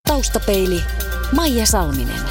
Taustapeili, Maija Salminen.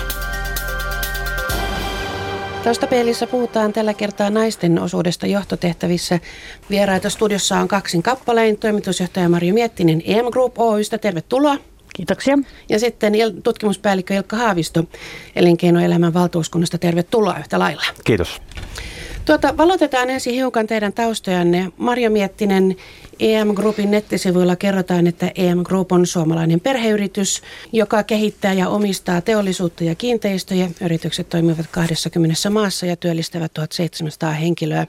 Taustapeilissä puhutaan tällä kertaa naisten osuudesta johtotehtävissä. Vieraita studiossa on kaksin kappalein. Toimitusjohtaja Marjo Miettinen EM Group Oy:stä. Tervetuloa. Kiitoksia. Ja sitten tutkimuspäällikkö Ilkka Haavisto Elinkeinoelämän valtuuskunnasta. Tervetuloa yhtä lailla. Kiitos. Valotetaan ensin hiukan teidän taustojanne. Marjo Miettinen, EM Groupin nettisivuilla kerrotaan, että EM Group on suomalainen perheyritys, joka kehittää ja omistaa teollisuutta ja kiinteistöjä. Yritykset toimivat 20 maassa ja työllistävät 1700 henkilöä.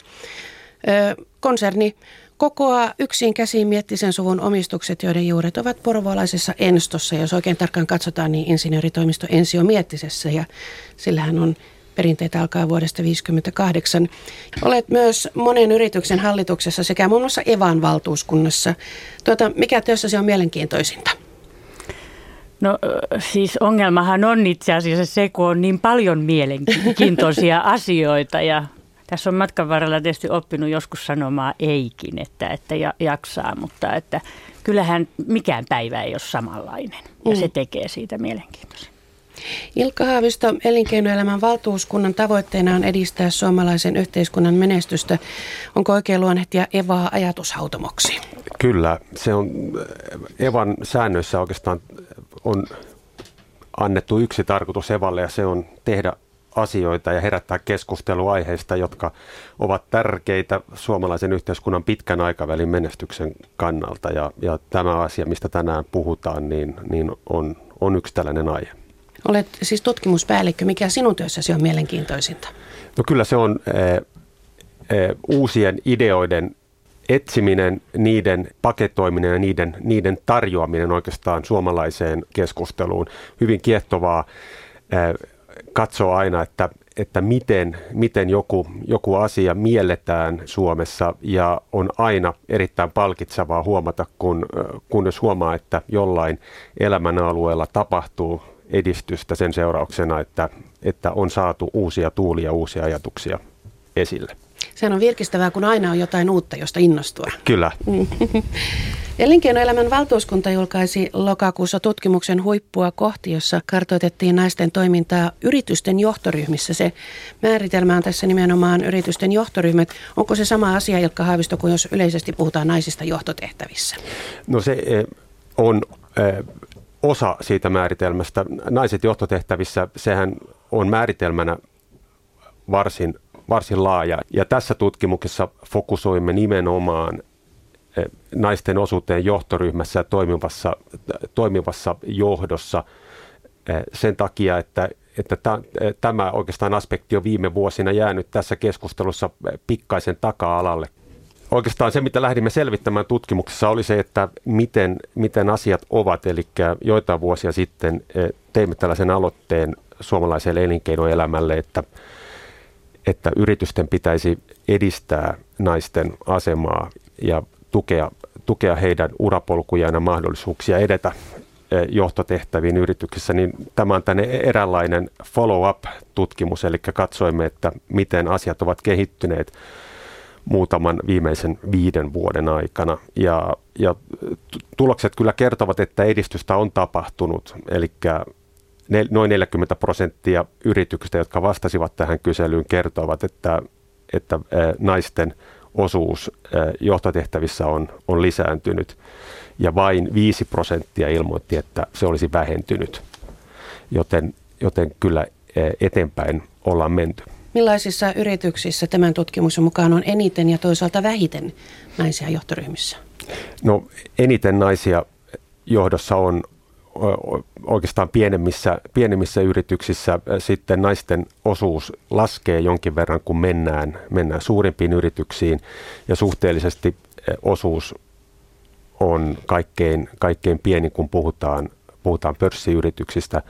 Konserni kokoaa yksin käsiin Miettisen suvun omistukset, joiden juuret ovat porvoolaisessa Enstossa. Jos oikein tarkkaan katsotaan, niin insinööritoimisto Ensio Miettisessä, ja sillähän on perinteitä alkaa vuodesta 1958. Olet myös monen yrityksen hallituksessa sekä muun muassa Evan valtuuskunnassa. Mikä työssäsi on mielenkiintoisinta? No siis ongelmahan on itse asiassa se, kun on niin paljon mielenkiintoisia asioita, ja tässä on matkan varrella tietysti oppinut joskus sanomaan eikin, että jaksaa, mutta että kyllähän mikään päivä ei ole samanlainen, ja se tekee siitä mielenkiintoisen. Ilkka Haavisto, Elinkeinoelämän valtuuskunnan tavoitteena on edistää suomalaisen yhteiskunnan menestystä. Onko oikein luonnehtia Evaa ajatushautomoksi? Kyllä, se on Evan säännöissä oikeastaan on annettu yksi tarkoitus Evalle, ja se on tehdä asioita ja herättää keskusteluaiheista, jotka ovat tärkeitä suomalaisen yhteiskunnan pitkän aikavälin menestyksen kannalta. Ja tämä asia, mistä tänään puhutaan, niin on yksi tällainen aihe. Olet siis tutkimuspäällikkö. Mikä sinun työssäsi on mielenkiintoisinta? No kyllä se on uusien ideoiden etsiminen, niiden paketoiminen ja niiden tarjoaminen oikeastaan suomalaiseen keskusteluun. Hyvin kiehtovaa katsoa aina, että miten joku asia mielletään Suomessa, ja on aina erittäin palkitsevaa huomata, kun jos huomaa, että jollain elämänalueella tapahtuu edistystä sen seurauksena, että on saatu uusia tuulia, uusia ajatuksia esille. Sehän on virkistävää, kun aina on jotain uutta, josta innostua. Kyllä. Elinkeinoelämän valtuuskunta julkaisi lokakuussa tutkimuksen Huippua kohti, jossa kartoitettiin naisten toimintaa yritysten johtoryhmissä. Se määritelmä on tässä nimenomaan yritysten johtoryhmät. Onko se sama asia, Ilkka Haavisto, kuin jos yleisesti puhutaan naisista johtotehtävissä? No se on osa siitä määritelmästä. Naiset johtotehtävissä, sehän on määritelmänä varsin laaja. Ja tässä tutkimuksessa fokusoimme nimenomaan naisten osuuteen johtoryhmässä ja toimivassa johdossa sen takia, että tämä oikeastaan aspekti on viime vuosina jäänyt tässä keskustelussa pikkaisen taka-alalle. Oikeastaan se, mitä lähdimme selvittämään tutkimuksessa, oli se, että miten asiat ovat. Eli joitain vuosia sitten teimme tällaisen aloitteen suomalaiselle elinkeinoelämälle, että yritysten pitäisi edistää naisten asemaa ja tukea heidän urapolkujaan ja mahdollisuuksia edetä johtotehtäviin yrityksissä. Niin tämä on tänne eräänlainen follow-up-tutkimus, eli katsoimme, että miten asiat ovat kehittyneet muutaman viimeisen 5 vuoden aikana. Ja tulokset kyllä kertovat, että edistystä on tapahtunut, eli noin 40% yrityksistä, jotka vastasivat tähän kyselyyn, kertovat, että naisten osuus johtotehtävissä on lisääntynyt, ja vain 5% ilmoitti, että se olisi vähentynyt, joten kyllä eteenpäin ollaan menty. Millaisissa yrityksissä tämän tutkimuksen mukaan on eniten ja toisaalta vähiten naisia johtoryhmissä? No eniten naisia johdossa on oikeastaan pienemmissä yrityksissä. Sitten naisten osuus laskee jonkin verran, kun mennään suurimpiin yrityksiin, ja suhteellisesti osuus on kaikkein pieni, kun puhutaan pörssiyrityksistä,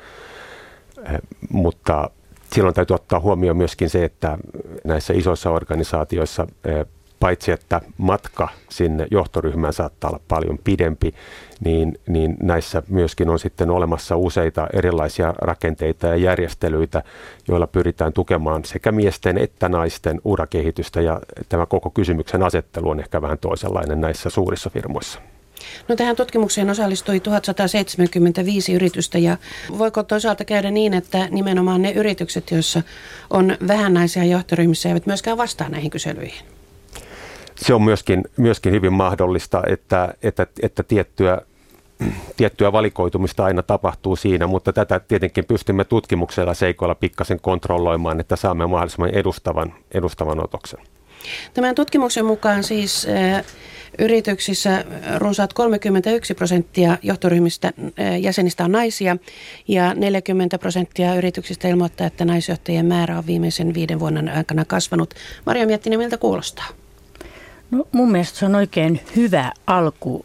mutta silloin täytyy ottaa huomioon myöskin se, että näissä isoissa organisaatioissa paitsi että matka sinne johtoryhmään saattaa olla paljon pidempi, niin näissä myöskin on sitten olemassa useita erilaisia rakenteita ja järjestelyitä, joilla pyritään tukemaan sekä miesten että naisten urakehitystä, ja tämä koko kysymyksen asettelu on ehkä vähän toisenlainen näissä suurissa firmoissa. No tähän tutkimukseen osallistui 1175 yritystä ja voiko toisaalta käydä niin, että nimenomaan ne yritykset, joissa on vähän naisia johtoryhmissä, eivät myöskään vastaa näihin kyselyihin? Se on myöskin hyvin mahdollista, että tiettyä valikoitumista aina tapahtuu siinä, mutta tätä tietenkin pystymme tutkimuksella seikoilla pikkasen kontrolloimaan, että saamme mahdollisimman edustavan otoksen. Tämän tutkimuksen mukaan siis yrityksissä runsaat 31% johtoryhmistä jäsenistä on naisia ja 40% yrityksistä ilmoittaa, että naisjohtajien määrä on viimeisen 5 vuoden aikana kasvanut. Marja Miettinen, miltä kuulostaa? No, mun mielestä se on oikein hyvä alku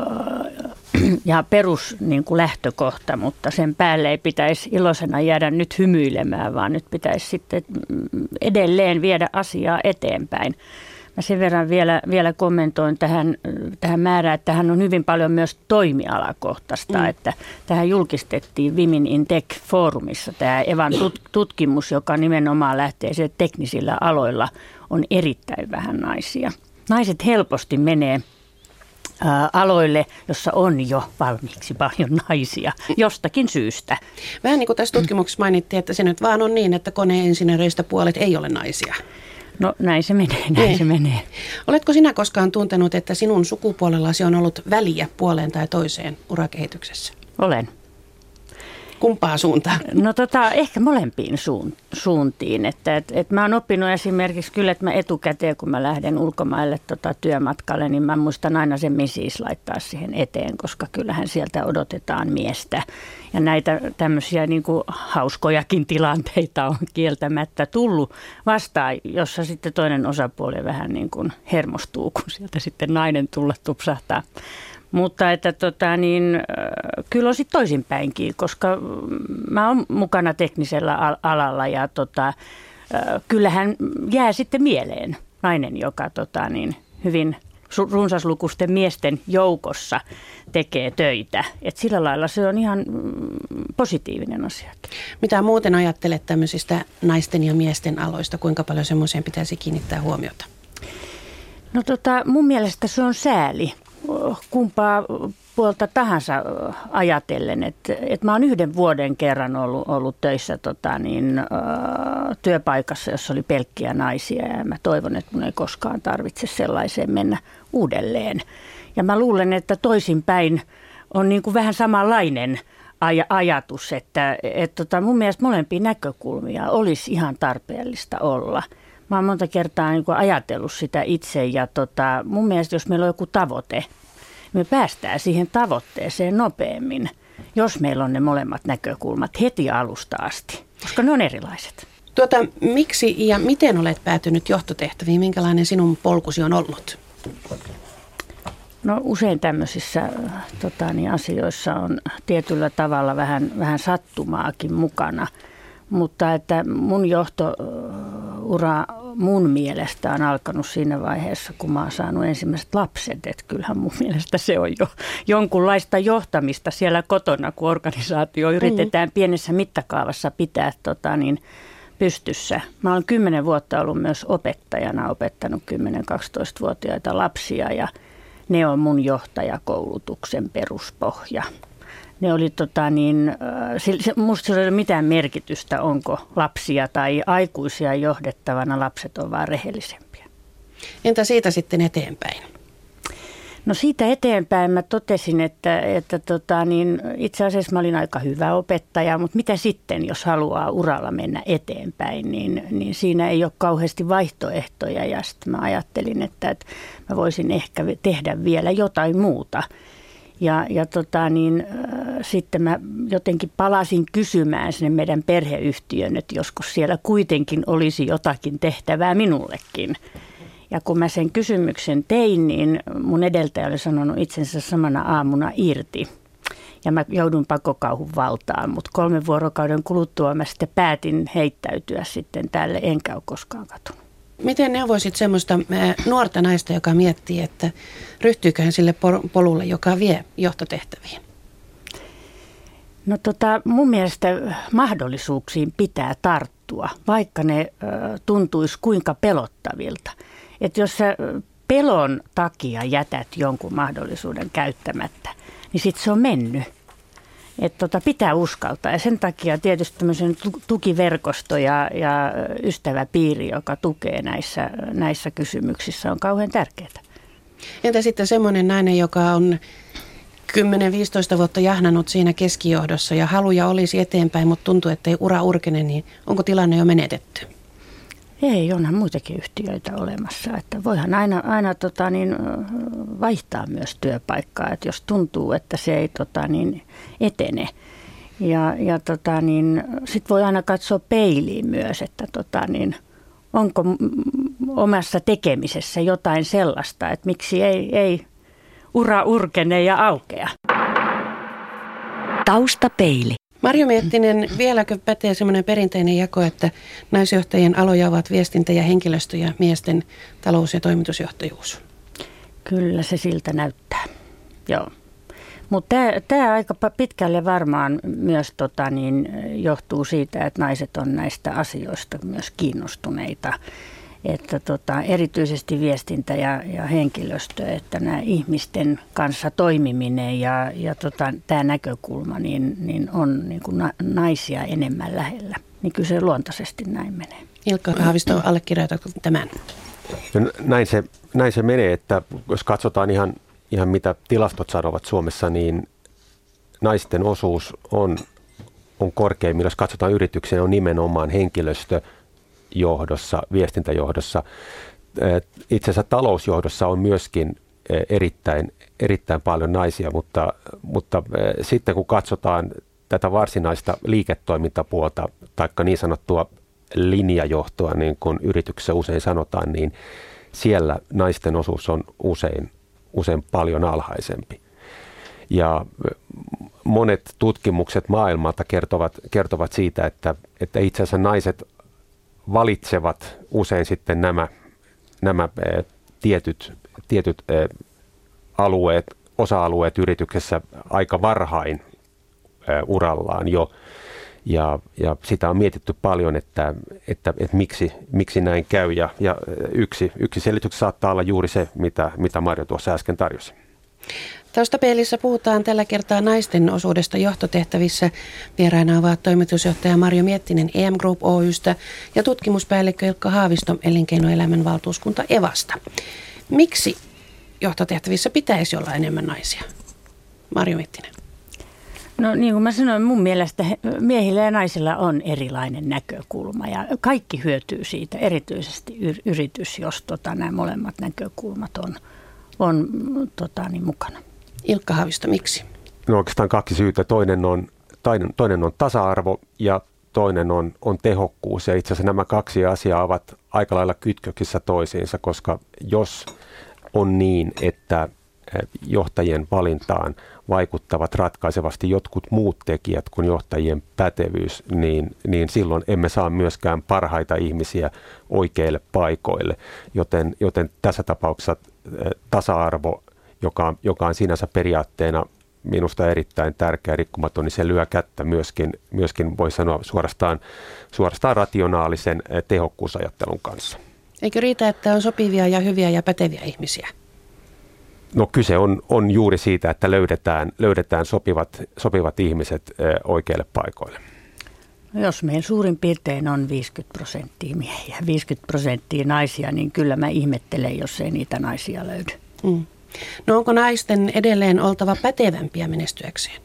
ja perus niin kuin lähtökohta, mutta sen päälle ei pitäisi iloisena jäädä nyt hymyilemään, vaan nyt pitäisi sitten edelleen viedä asiaa eteenpäin. Mä sen verran vielä kommentoin tähän määrään, että tähän on hyvin paljon myös toimialakohtaista, että tähän julkistettiin Women in Tech-foorumissa tämä Evan tutkimus, joka nimenomaan lähtee sieltä teknisillä aloilla, on erittäin vähän naisia. Naiset helposti menee aloille, jossa on jo valmiiksi paljon naisia jostakin syystä. Vähän niin kuin tässä tutkimuksessa mainittiin, että se nyt vaan on niin, että koneinsinööreistä puolet ei ole naisia. No näin se menee. Oletko sinä koskaan tuntenut, että sinun sukupuolellasi on ollut väliä puoleen tai toiseen urakehityksessä? Olen. Kumpaa suuntaan? No ehkä molempiin suuntiin. Että mä oon oppinut esimerkiksi kyllä, että mä etukäteen, kun mä lähden ulkomaille työmatkalle, niin mä muistan aina sen misis laittaa siihen eteen, koska kyllähän sieltä odotetaan miestä. Ja näitä tämmöisiä niin kuin hauskojakin tilanteita on kieltämättä tullut vastaan, jossa sitten toinen osapuoli vähän niin kuin hermostuu, kun sieltä sitten nainen tulla tupsahtaa. Mutta että kyllä on sitten toisinpäinkin, koska mä oon mukana teknisellä alalla ja kyllähän jää sitten mieleen nainen, joka hyvin runsaslukuisten miesten joukossa tekee töitä. Et sillä lailla se on ihan positiivinen asia. Mitä muuten ajattelet tämmöisistä naisten ja miesten aloista? Kuinka paljon semmoiseen pitäisi kiinnittää huomiota? No mun mielestä se on sääli. Kumpaa puolta tahansa ajatellen, että mä oon 1 vuoden kerran ollut töissä työpaikassa, jossa oli pelkkiä naisia ja mä toivon, että mun ei koskaan tarvitse sellaiseen mennä uudelleen. Ja mä luulen, että toisinpäin on niin kuin vähän samanlainen ajatus, että mun mielestä molempia näkökulmia olisi ihan tarpeellista olla. Mä oon monta kertaa niin kuin ajatellut sitä itse ja mun mielestä jos meillä on joku tavoite, me päästään siihen tavoitteeseen nopeammin, jos meillä on ne molemmat näkökulmat heti alusta asti, koska ne on erilaiset. Miksi ja miten olet päätynyt johtotehtäviin? Minkälainen sinun polkusi on ollut? No usein tämmöisissä asioissa on tietyllä tavalla vähän sattumaakin mukana. Mutta että mun johtoura mun mielestä on alkanut siinä vaiheessa, kun mä oon saanut ensimmäiset lapset. Että kyllähän mun mielestä se on jo jonkunlaista johtamista siellä kotona, kun organisaatio yritetään pienessä mittakaavassa pitää pystyssä. Mä olen 10 vuotta ollut myös opettajana, opettanut 10-12-vuotiaita lapsia ja ne on mun johtajakoulutuksen peruspohja. Ne oli musta sillä ei ole mitään merkitystä, onko lapsia tai aikuisia johdettavana, lapset on vaan rehellisempiä. Entä siitä sitten eteenpäin? No siitä eteenpäin mä totesin, että itse asiassa mä olin aika hyvä opettaja, mutta mitä sitten, jos haluaa uralla mennä eteenpäin, niin siinä ei ole kauheasti vaihtoehtoja ja sitten mä ajattelin, että mä voisin ehkä tehdä vielä jotain muuta. Ja sitten mä jotenkin palasin kysymään sinne meidän perheyhtiön, että joskus siellä kuitenkin olisi jotakin tehtävää minullekin. Ja kun mä sen kysymyksen tein, niin mun edeltäjä oli sanonut itsensä samana aamuna irti. Ja mä joudun pakokauhun valtaan, mutta 3 vuorokauden kuluttua mä sitten päätin heittäytyä sitten tälle, enkä ole koskaan katunut. Miten neuvoisit semmoista nuorta naista, joka miettii, että ryhtyykö hän sille polulle, joka vie johtotehtäviin? No mun mielestä mahdollisuuksiin pitää tarttua, vaikka ne tuntuisi kuinka pelottavilta. Että jos sä pelon takia jätät jonkun mahdollisuuden käyttämättä, niin sitten se on mennyt. Että pitää uskaltaa ja sen takia tietysti tämmöisen tukiverkosto ja ystäväpiiri, joka tukee näissä kysymyksissä, on kauhean tärkeää. Entä sitten semmoinen nainen, joka on 10-15 vuotta jahnannut siinä keskijohdossa ja haluja olisi eteenpäin, mutta tuntuu, että ei ura urkene, niin onko tilanne jo menetetty? Ei, onhan muitakin yhtiöitä olemassa. Että voihan aina vaihtaa myös työpaikkaa, että jos tuntuu, että se ei etene. Ja sitten voi aina katsoa peiliin myös, että onko omassa tekemisessä jotain sellaista, että miksi ei ura urkene ja aukea. Taustapeili. Marjo Miettinen, vieläkö pätee semmoinen perinteinen jako, että naisjohtajien aloja ovat viestintä ja henkilöstö ja miesten talous- ja toimitusjohtajuus? Kyllä se siltä näyttää, joo. Mutta tämä aika pitkälle varmaan myös johtuu siitä, että naiset on näistä asioista myös kiinnostuneita. Että erityisesti viestintä ja henkilöstö, että nämä ihmisten kanssa toimiminen ja tämä näkökulma niin on niin kuin naisia enemmän lähellä. Niin kyllä se luontaisesti näin menee. Ilkka Haavisto, allekirjoitatko tämän? Näin se menee, että jos katsotaan ihan mitä tilastot sanovat Suomessa, niin naisten osuus on korkeimmilla. Jos katsotaan yrityksiä, on nimenomaan henkilöstöjohdossa, viestintäjohdossa. Itse asiassa talousjohdossa on myöskin erittäin paljon naisia, mutta sitten kun katsotaan tätä varsinaista liiketoimintapuolta tai niin sanottua linjajohtoa, niin kuin yrityksessä usein sanotaan, niin siellä naisten osuus on usein paljon alhaisempi. Ja monet tutkimukset maailmalta kertovat siitä, että itse asiassa naiset valitsevat usein sitten nämä tietyt alueet, osa-alueet yrityksessä aika varhain urallaan jo. Ja sitä on mietitty paljon, että miksi näin käy. Ja yksi selitys saattaa olla juuri se, mitä Marjo tuossa äsken tarjosi. Taustapeilissä puhutaan tällä kertaa naisten osuudesta johtotehtävissä. Vieraina ovat toimitusjohtaja Marjo Miettinen EM Group Oy:stä ja tutkimuspäällikkö Ilkka Haavisto Elinkeinoelämän valtuuskunta EVAsta. Miksi johtotehtävissä pitäisi olla enemmän naisia? Marjo Miettinen. No niin kuin mä sanoin, mun mielestä miehillä ja naisilla on erilainen näkökulma ja kaikki hyötyy siitä, erityisesti yritys, jos nämä molemmat näkökulmat on mukana. Ilkka Haavisto, miksi? No oikeastaan kaksi syytä. Toinen on tasa-arvo ja toinen on tehokkuus. Ja itse asiassa nämä kaksi asiaa ovat aika lailla kytköksissä toisiinsa, koska jos on niin, että johtajien valintaan vaikuttavat ratkaisevasti jotkut muut tekijät kuin johtajien pätevyys, niin silloin emme saa myöskään parhaita ihmisiä oikeille paikoille. Joten tässä tapauksessa tasa-arvo, joka on sinänsä periaatteena minusta erittäin tärkeä rikkumaton, niin se lyö kättä myöskin voi sanoa suorastaan rationaalisen tehokkuusajattelun kanssa. Eikö riitä, että on sopivia ja hyviä ja päteviä ihmisiä? No kyse on juuri siitä, että löydetään sopivat ihmiset oikeille paikoille. No jos meillä suurin piirtein on 50% miehiä, 50% naisia, niin kyllä mä ihmettelen, jos ei niitä naisia löydy. Mm. No onko naisten edelleen oltava pätevämpiä menestyäkseen?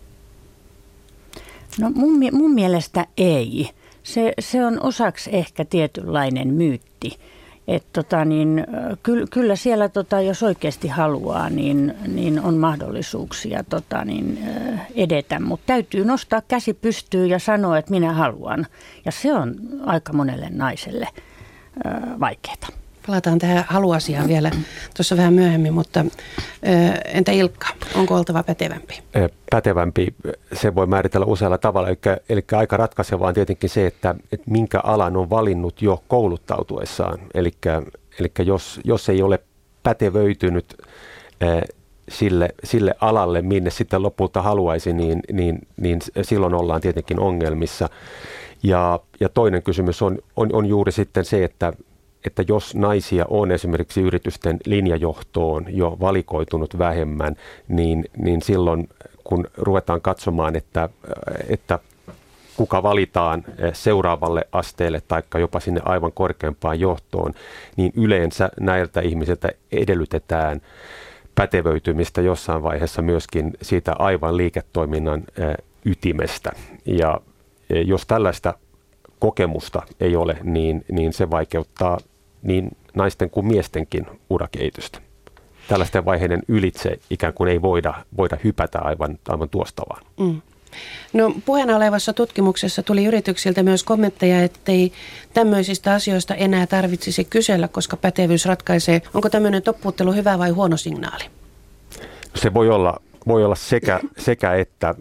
No mun mielestä ei. Se on osaksi ehkä tietynlainen myytti. Että kyllä siellä, jos oikeasti haluaa, niin on mahdollisuuksia edetä. Mutta täytyy nostaa käsi pystyyn ja sanoa, että minä haluan. Ja se on aika monelle naiselle vaikeaa. Palataan tähän haluasiaan vielä tuossa vähän myöhemmin, mutta entä Ilkka, onko oltava pätevämpi? Pätevämpi, se voi määritellä usealla tavalla, eli aika ratkaisevaa on tietenkin se, että minkä alan on valinnut jo kouluttautuessaan. Eli jos ei ole pätevöitynyt sille alalle, minne sitten lopulta haluaisi, niin silloin ollaan tietenkin ongelmissa. Ja toinen kysymys on juuri sitten se, että jos naisia on esimerkiksi yritysten linjajohtoon jo valikoitunut vähemmän, niin silloin kun ruvetaan katsomaan, että kuka valitaan seuraavalle asteelle tai jopa sinne aivan korkeampaan johtoon, niin yleensä näiltä ihmisiltä edellytetään pätevöitymistä jossain vaiheessa myöskin siitä aivan liiketoiminnan ytimestä. Ja jos tällaista kokemusta ei ole, niin se vaikeuttaa niin naisten kuin miestenkin urakehitystä. Tällaisten vaiheiden ylitse ikään kuin ei voida hypätä aivan tuosta vaan. Mm. No, puheena olevassa tutkimuksessa tuli yrityksiltä myös kommentteja, ettei tämmöisistä asioista enää tarvitsisi kysellä, koska pätevyys ratkaisee. Onko tämmöinen toppuuttelu hyvä vai huono signaali? Se voi olla sekä että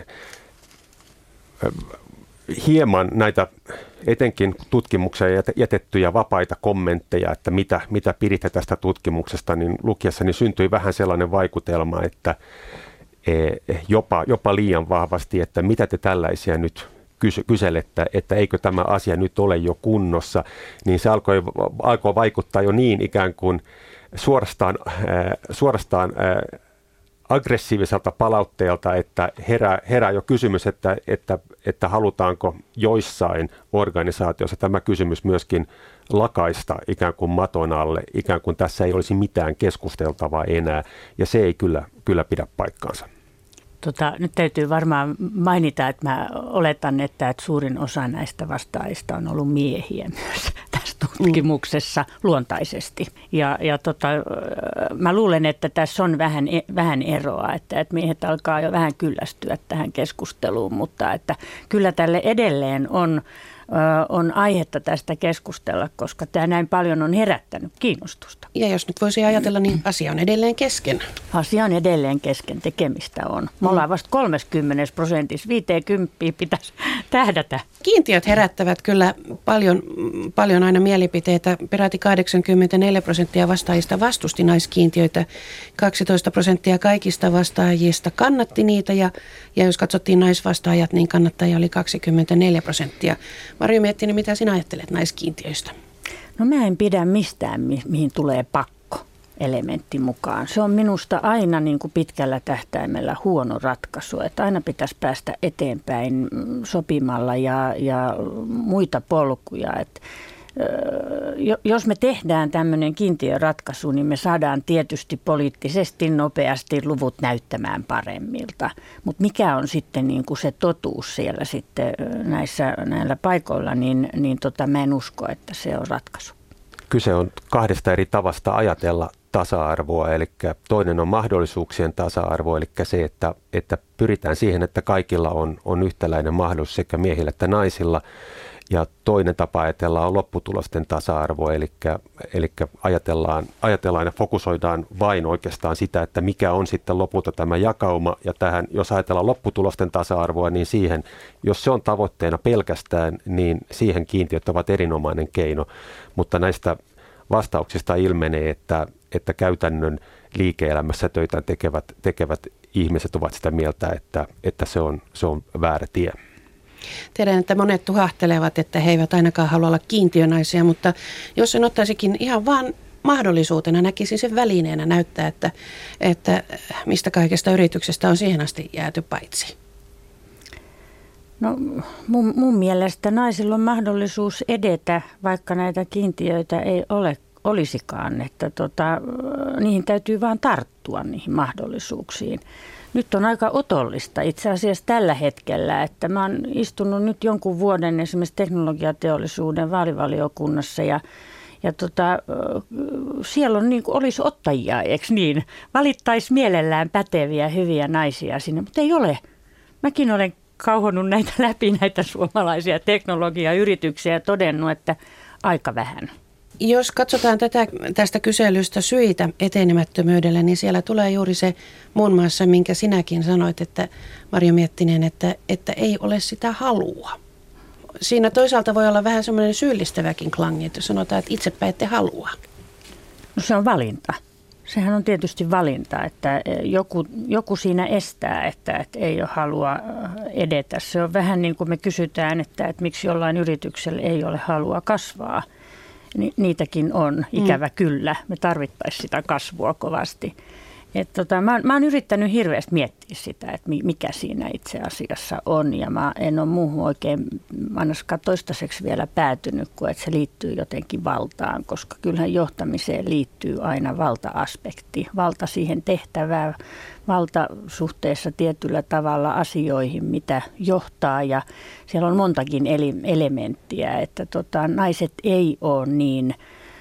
hieman näitä etenkin tutkimukseen jätettyjä vapaita kommentteja, että mitä piditte tästä tutkimuksesta, niin lukiessani syntyi vähän sellainen vaikutelma, että jopa liian vahvasti, että mitä te tällaisia nyt kyselette, että eikö tämä asia nyt ole jo kunnossa, niin se alkoi vaikuttaa jo niin ikään kuin suorastaan aggressiiviselta palautteelta, että herää jo kysymys, että halutaanko joissain organisaatioissa tämä kysymys myöskin lakaista ikään kuin maton alle, ikään kuin tässä ei olisi mitään keskusteltavaa enää, ja se ei kyllä pidä paikkaansa. Nyt täytyy varmaan mainita, että mä oletan, että suurin osa näistä vastaajista on ollut miehiä myös tässä tutkimuksessa luontaisesti. Ja mä luulen, että tässä on vähän eroa, että miehet alkaa jo vähän kyllästyä tähän keskusteluun, mutta että kyllä tälle edelleen on aihetta tästä keskustella, koska tämä näin paljon on herättänyt kiinnostusta. Ja jos nyt voisi ajatella, niin asia on edelleen kesken. Asia on edelleen kesken, tekemistä on. Me ollaan vasta 30%, 50 pitäisi tähdätä. Kiintiöt herättävät kyllä paljon aina mielipiteitä. Peräti 84% vastaajista vastusti naiskiintiöitä, 12% kaikista vastaajista kannatti niitä ja jos katsottiin naisvastaajat, niin kannattajia oli 24%. Marjo Miettinen, mitä sinä ajattelet naiskiintiöistä? No mä en pidä mistään, mihin tulee pakkoelementti mukaan. Se on minusta aina niin kuin pitkällä tähtäimellä huono ratkaisu, että aina pitäisi päästä eteenpäin sopimalla ja muita polkuja. Jos me tehdään tämmöinen kiintiöratkaisu, niin me saadaan tietysti poliittisesti nopeasti luvut näyttämään paremmilta. Mutta mikä on sitten niin kuin se totuus siellä sitten näillä paikoilla, niin mä en usko, että se on ratkaisu. Kyse on kahdesta eri tavasta ajatella tasa-arvoa, eli toinen on mahdollisuuksien tasa-arvo, eli se, että pyritään siihen, että kaikilla on yhtäläinen mahdollisuus sekä miehillä että naisilla. Ja toinen tapa ajatella on lopputulosten tasa-arvo, eli ajatellaan ja fokusoidaan vain oikeastaan sitä, että mikä on sitten lopulta tämä jakauma. Ja tähän, jos ajatellaan lopputulosten tasa-arvoa, niin siihen, jos se on tavoitteena pelkästään, niin siihen kiintiöt ovat erinomainen keino. Mutta näistä vastauksista ilmenee, että käytännön liike-elämässä töitä tekevät ihmiset ovat sitä mieltä, että se on väärä tie. Tiedän, että monet tuhahtelevat, että he eivät ainakaan halua olla kiintiönaisia, mutta jos sen ottaisikin ihan vaan mahdollisuutena, näkisin sen välineenä näyttää, että mistä kaikesta yrityksestä on siihen asti jääty paitsi. No mun mielestä naisilla on mahdollisuus edetä, vaikka näitä kiintiöitä ei olisikaan, että niihin täytyy vaan tarttua niihin mahdollisuuksiin. Nyt on aika otollista itse asiassa tällä hetkellä, että mä oon istunut nyt jonkun vuoden esimerkiksi teknologiateollisuuden vaalivaliokunnassa ja siellä on niin kuin olisi ottajia, eikö niin? Valittaisi mielellään päteviä, hyviä naisia sinne, mutta ei ole. Mäkin olen kauhonnut näitä suomalaisia teknologiayrityksiä ja todennut, että aika vähän. Jos katsotaan tästä kyselystä syitä etenemättömyydelle, niin siellä tulee juuri se muun muassa, minkä sinäkin sanoit, että Marjo Miettinen, että ei ole sitä halua. Siinä toisaalta voi olla vähän semmoinen syyllistäväkin klangi, että sanotaan, että itsepä ette halua. No se on valinta. Sehän on tietysti valinta, että joku siinä estää, että ei ole halua edetä. Se on vähän niin kuin me kysytään, että miksi jollain yrityksellä ei ole halua kasvaa. niitäkin on, ikävä kyllä. Me tarvittaisiin sitä kasvua kovasti. Mä oon yrittänyt hirveästi miettiä sitä, että mikä siinä itse asiassa on, ja mä en ole muuhun oikein ainakaan toistaiseksi vielä päätynyt, kuin että se liittyy jotenkin valtaan, koska kyllähän johtamiseen liittyy aina valta-aspekti, valta siihen tehtävään, valta suhteessa tietyllä tavalla asioihin, mitä johtaa, ja siellä on montakin elementtiä, että naiset ei ole niin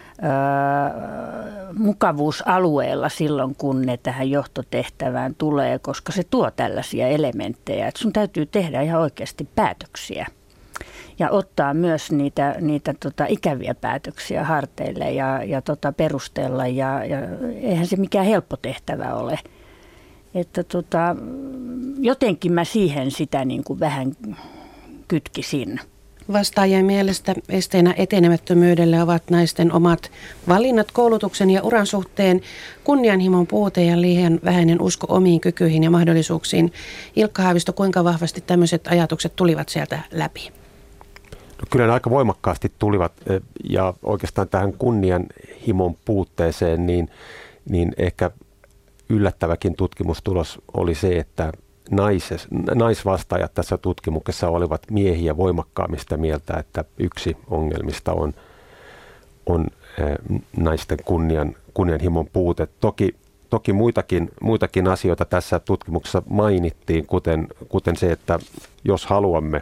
mukavuusalueella silloin, kun ne tähän johtotehtävään tulee, koska se tuo tällaisia elementtejä, että sun täytyy tehdä ihan oikeasti päätöksiä ja ottaa myös niitä ikäviä päätöksiä harteille ja perustella, ja eihän se mikään helppo tehtävä ole. Että jotenkin mä siihen sitä niin kuin vähän kytkisin. Vastaajien mielestä esteenä etenemättömyydelle ovat naisten omat valinnat koulutuksen ja uran suhteen, kunnianhimon puute ja liian vähäinen usko omiin kykyihin ja mahdollisuuksiin. Ilkka Haavisto, kuinka vahvasti tämmöiset ajatukset tulivat sieltä läpi? No, kyllä ne aika voimakkaasti tulivat, ja oikeastaan tähän kunnianhimon puutteeseen niin ehkä yllättäväkin tutkimustulos oli se, että naisvastaajat tässä tutkimuksessa olivat miehiä voimakkaammin sitä mieltä, että yksi ongelmista on naisten kunnianhimon puute. Toki muitakin asioita tässä tutkimuksessa mainittiin, kuten se, että jos haluamme,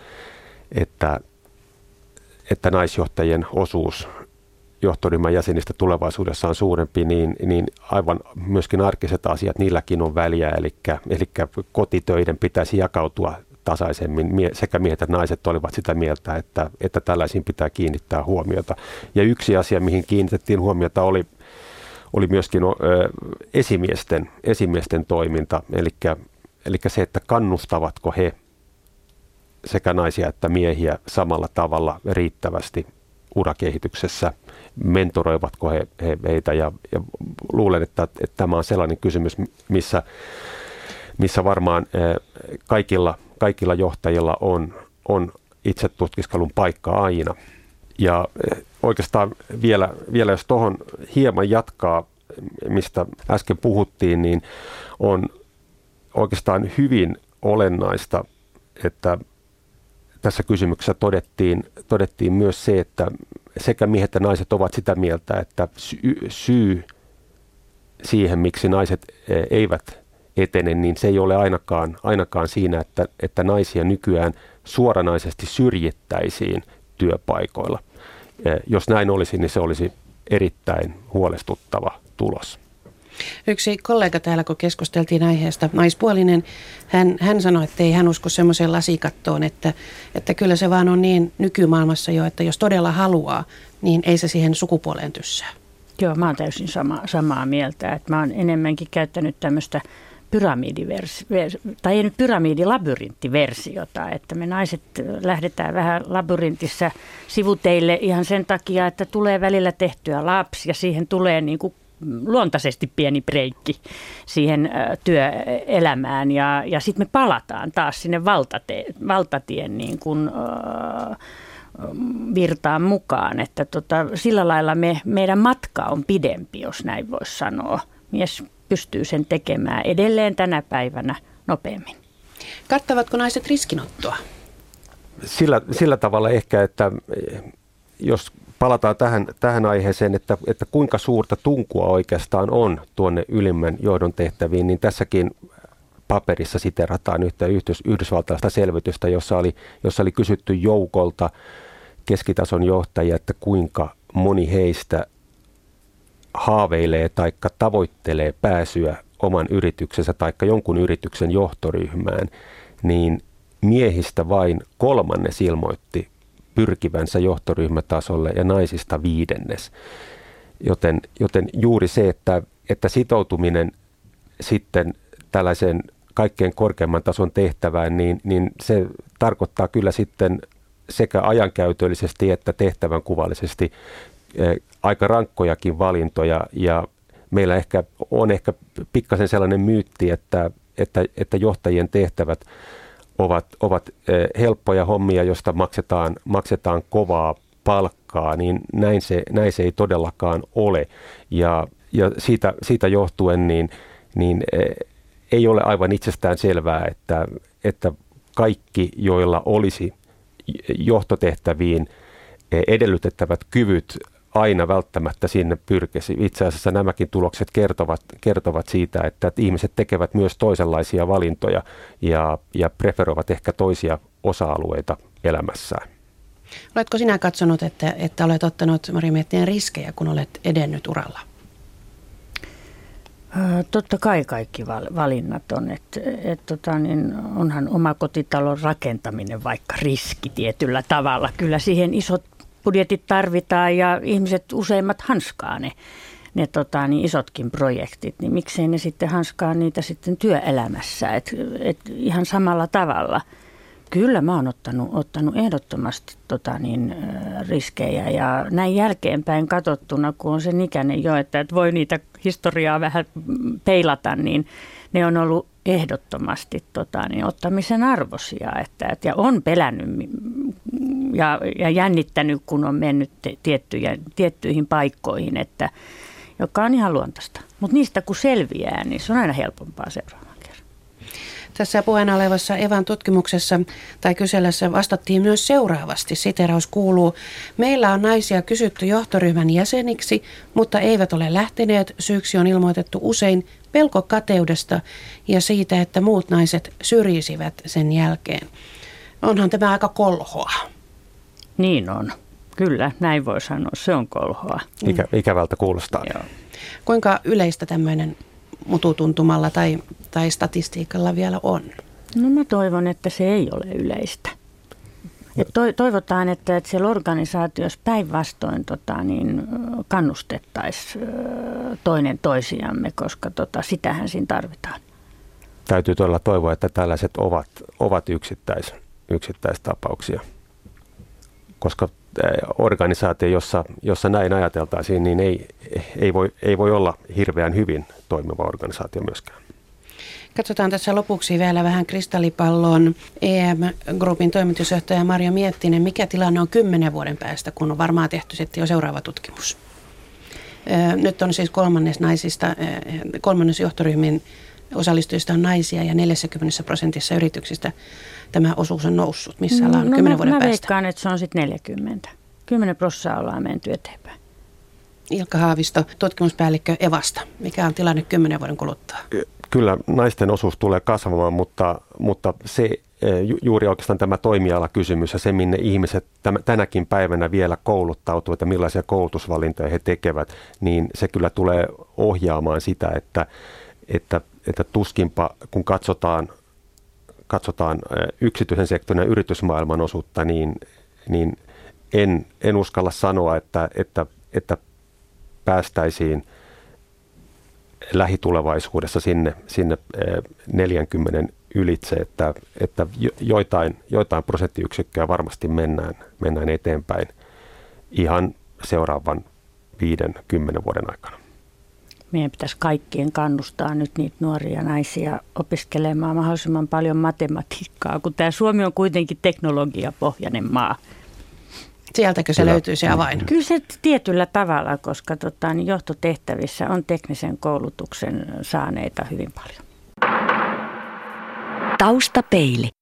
että naisjohtajien osuus johtoryhmän jäsenistä tulevaisuudessa on suurempi, niin aivan myöskin arkiset asiat, niilläkin on väliä, eli kotitöiden pitäisi jakautua tasaisemmin. Sekä miehet että naiset olivat sitä mieltä, että tällaisiin pitää kiinnittää huomiota. Ja yksi asia, mihin kiinnitettiin huomiota, oli myöskin esimiesten toiminta, eli se, että kannustavatko he sekä naisia että miehiä samalla tavalla riittävästi urakehityksessä, mentoroivatko he heitä, ja luulen, että tämä on sellainen kysymys, missä varmaan kaikilla johtajilla on itse tutkiskelun paikka aina. Ja oikeastaan vielä jos tuohon hieman jatkaa, mistä äsken puhuttiin, niin on oikeastaan hyvin olennaista, että tässä kysymyksessä todettiin myös se, että sekä miehet että naiset ovat sitä mieltä, että syy siihen, miksi naiset eivät etene, niin se ei ole ainakaan siinä, että naisia nykyään suoranaisesti syrjittäisiin työpaikoilla. Jos näin olisi, niin se olisi erittäin huolestuttava tulos. Yksi kollega täällä, kun keskusteltiin aiheesta, naispuolinen, hän sanoi, että ei hän usko semmoiseen lasikattoon, että kyllä se vaan on niin nykymaailmassa jo, että jos todella haluaa, niin ei se siihen sukupuoleen tyssää. Joo, mä oon täysin samaa mieltä, että mä oon enemmänkin käyttänyt tämmöistä tai ei nyt pyramidilabyrinttiversiota, että me naiset lähdetään vähän labyrintissa sivuteille ihan sen takia, että tulee välillä tehtyä lapsi ja siihen tulee niin kuin luontaisesti pieni breikki siihen työelämään, ja sitten me palataan taas sinne valtatien niin kuin, virtaan mukaan, että sillä lailla meidän matka on pidempi, jos näin voisi sanoa. Mies pystyy sen tekemään edelleen tänä päivänä nopeammin. Kattavatko naiset riskinottoa? Sillä tavalla ehkä, että jos palataan tähän aiheeseen, että kuinka suurta tunkua oikeastaan on tuonne ylimmän johdon tehtäviin, niin tässäkin paperissa siterataan yhtä yhdysvaltalaista selvitystä, jossa oli kysytty joukolta keskitason johtajia, että kuinka moni heistä haaveilee tai tavoittelee pääsyä oman yrityksensä tai jonkun yrityksen johtoryhmään, niin miehistä vain 1/3 ilmoitti pyrkivänsä johtoryhmätasolle ja naisista 1/5. Joten juuri se, että sitoutuminen sitten tällaisen kaikkein korkeimman tason tehtävään, niin se tarkoittaa kyllä sitten sekä ajankäytöllisesti että tehtävän kuvallisesti aika rankkojakin valintoja, ja meillä on pikkasen sellainen myytti, että johtajien tehtävät ovat helppoja hommia, josta maksetaan kovaa palkkaa, niin näin se ei todellakaan ole. Ja siitä johtuen niin ei ole aivan itsestään selvää, että kaikki, joilla olisi johtotehtäviin edellytettävät kyvyt, aina välttämättä sinne pyrkisi. Itse asiassa nämäkin tulokset kertovat siitä, että ihmiset tekevät myös toisenlaisia valintoja ja preferoivat ehkä toisia osa-alueita elämässään. Oletko sinä katsonut, että olet ottanut, Maria Miettinen, riskejä, kun olet edennyt uralla? Totta kai kaikki valinnat on, onhan omakotitalon rakentaminen vaikka riski tietyllä tavalla. Kyllä siihen isot budjetit tarvitaan ja ihmiset useimmat hanskaa ne isotkin projektit, niin miksei ne sitten hanskaa niitä sitten työelämässä, et ihan samalla tavalla. Kyllä mä oon ottanut ehdottomasti riskejä ja näin jälkeenpäin katsottuna, kun on sen ikäinen jo, että voi niitä historiaa vähän peilata, niin ne on ollut ehdottomasti ottamisen arvoisia, ja on pelännyt ja jännittänyt, kun on mennyt tiettyihin paikkoihin, joka on ihan luontaista. Mutta niistä kun selviää, niin se on aina helpompaa seuraavaan kerran. Tässä puheena olevassa Evan tutkimuksessa tai kyselyssä vastattiin myös seuraavasti. Siteeraus kuuluu: meillä on naisia kysytty johtoryhmän jäseniksi, mutta eivät ole lähteneet. Syyksi on ilmoitettu usein pelko kateudesta ja siitä, että muut naiset syrjisivät sen jälkeen. Onhan tämä aika kolhoa. Niin on. Kyllä, näin voi sanoa. Se on kolhoa. Ikävältä kuulostaa. Joo. Kuinka yleistä tämmöinen mututuntumalla tai statistiikalla vielä on? No mä toivon, että se ei ole yleistä. Toivotaan, että siellä organisaatiossa päinvastoin kannustettaisiin toinen toisiamme, koska sitähän siinä tarvitaan. Täytyy todella toivoa, että tällaiset ovat yksittäistapauksia, koska organisaatio, jossa näin ajateltaisiin, niin ei voi olla hirveän hyvin toimiva organisaatio myöskään. Katsotaan tässä lopuksi vielä vähän kristallipallon. EM Groupin toimitusjohtaja Maria Miettinen, mikä tilanne on 10 vuoden päästä, kun on varmaan tehty sitten jo seuraava tutkimus? Nyt on siis kolmannes johtoryhmien osallistujista on naisia ja 40% yrityksistä tämä osuus on noussut. Missä ollaan 10 vuoden päästä? Mä veikkaan, että se on sitten 40. 10% ollaan menty eteenpäin. Ilkka Haavisto, tutkimuspäällikkö Evasta. Mikä on tilanne 10 vuoden kuluttua? Kyllä naisten osuus tulee kasvamaan, mutta se juuri oikeastaan tämä toimialakysymys ja se, minne ihmiset tänäkin päivänä vielä kouluttautuvat ja millaisia koulutusvalintoja he tekevät, niin se kyllä tulee ohjaamaan sitä, että tuskinpa kun katsotaan yksityisen sektorin ja yritysmaailman osuutta, niin en uskalla sanoa, että päästäisiin lähitulevaisuudessa sinne 40 ylitse, että joitain prosenttiyksikköä varmasti mennään eteenpäin ihan seuraavan 5-10 vuoden aikana. Meidän pitäisi kaikkien kannustaa nyt niitä nuoria naisia opiskelemaan mahdollisimman paljon matematiikkaa, kun tämä Suomi on kuitenkin teknologiapohjainen maa. Sieltäkö se löytyy se avain? Kyllä se tietyllä tavalla, koska johtotehtävissä on teknisen koulutuksen saaneita hyvin paljon. Taustapeili.